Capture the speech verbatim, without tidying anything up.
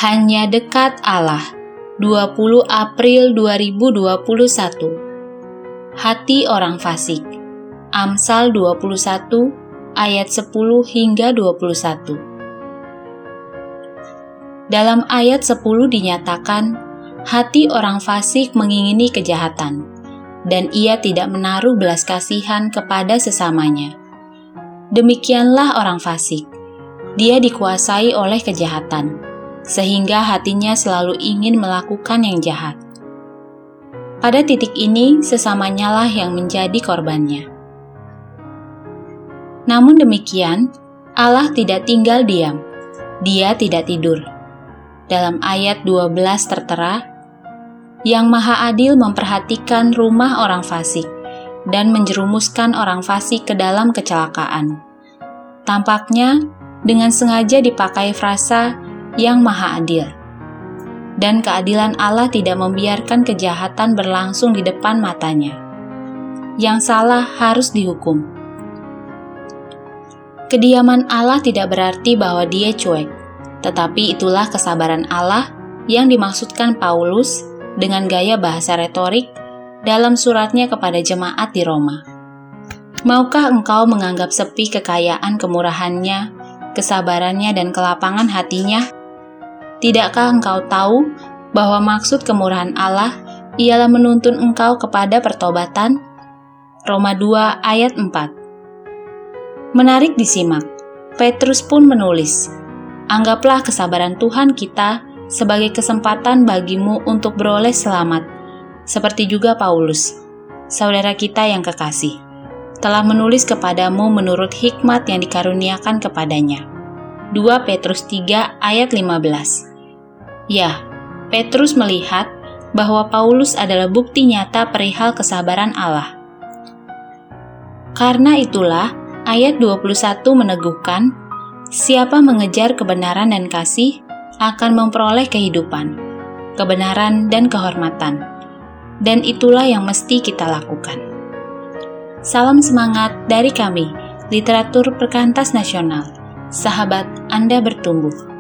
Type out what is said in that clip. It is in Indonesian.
Hanya dekat Allah, dua puluh April dua ribu dua puluh satu. Hati orang fasik. Amsal dua puluh satu ayat sepuluh hingga dua puluh satu. Dalam ayat sepuluh dinyatakan, hati orang fasik mengingini kejahatan, dan ia tidak menaruh belas kasihan kepada sesamanya. Demikianlah orang fasik. Dia dikuasai oleh kejahatan, sehingga hatinya selalu ingin melakukan yang jahat. Pada titik ini, sesamanya lah yang menjadi korbannya. Namun demikian, Allah tidak tinggal diam. Dia tidak tidur. Dalam ayat dua belas tertera, Yang Maha Adil memperhatikan rumah orang fasik dan menjerumuskan orang fasik ke dalam kecelakaan. Tampaknya, dengan sengaja dipakai frasa Yang Maha Adil. Dan keadilan Allah tidak membiarkan kejahatan berlangsung di depan matanya. Yang salah harus dihukum. Kediaman Allah tidak berarti bahwa Dia cuek, tetapi itulah kesabaran Allah yang dimaksudkan Paulus dengan gaya bahasa retorik dalam suratnya kepada jemaat di Roma. Maukah engkau menganggap sepi kekayaan kemurahannya, kesabarannya, dan kelapangan hatinya? Tidakkah engkau tahu bahwa maksud kemurahan Allah ialah menuntun engkau kepada pertobatan? Roma dua ayat empat. Menarik disimak, Petrus pun menulis, anggaplah kesabaran Tuhan kita sebagai kesempatan bagimu untuk beroleh selamat, seperti juga Paulus, saudara kita yang kekasih, telah menulis kepadamu menurut hikmat yang dikaruniakan kepadanya. dua Petrus tiga ayat lima belas. Ya, Petrus melihat bahwa Paulus adalah bukti nyata perihal kesabaran Allah. Karena itulah, ayat dua puluh satu meneguhkan, siapa mengejar kebenaran dan kasih akan memperoleh kehidupan, kebenaran dan kehormatan. Dan itulah yang mesti kita lakukan. Salam semangat dari kami, Literatur Perkantas Nasional. Sahabat, Anda bertumbuh.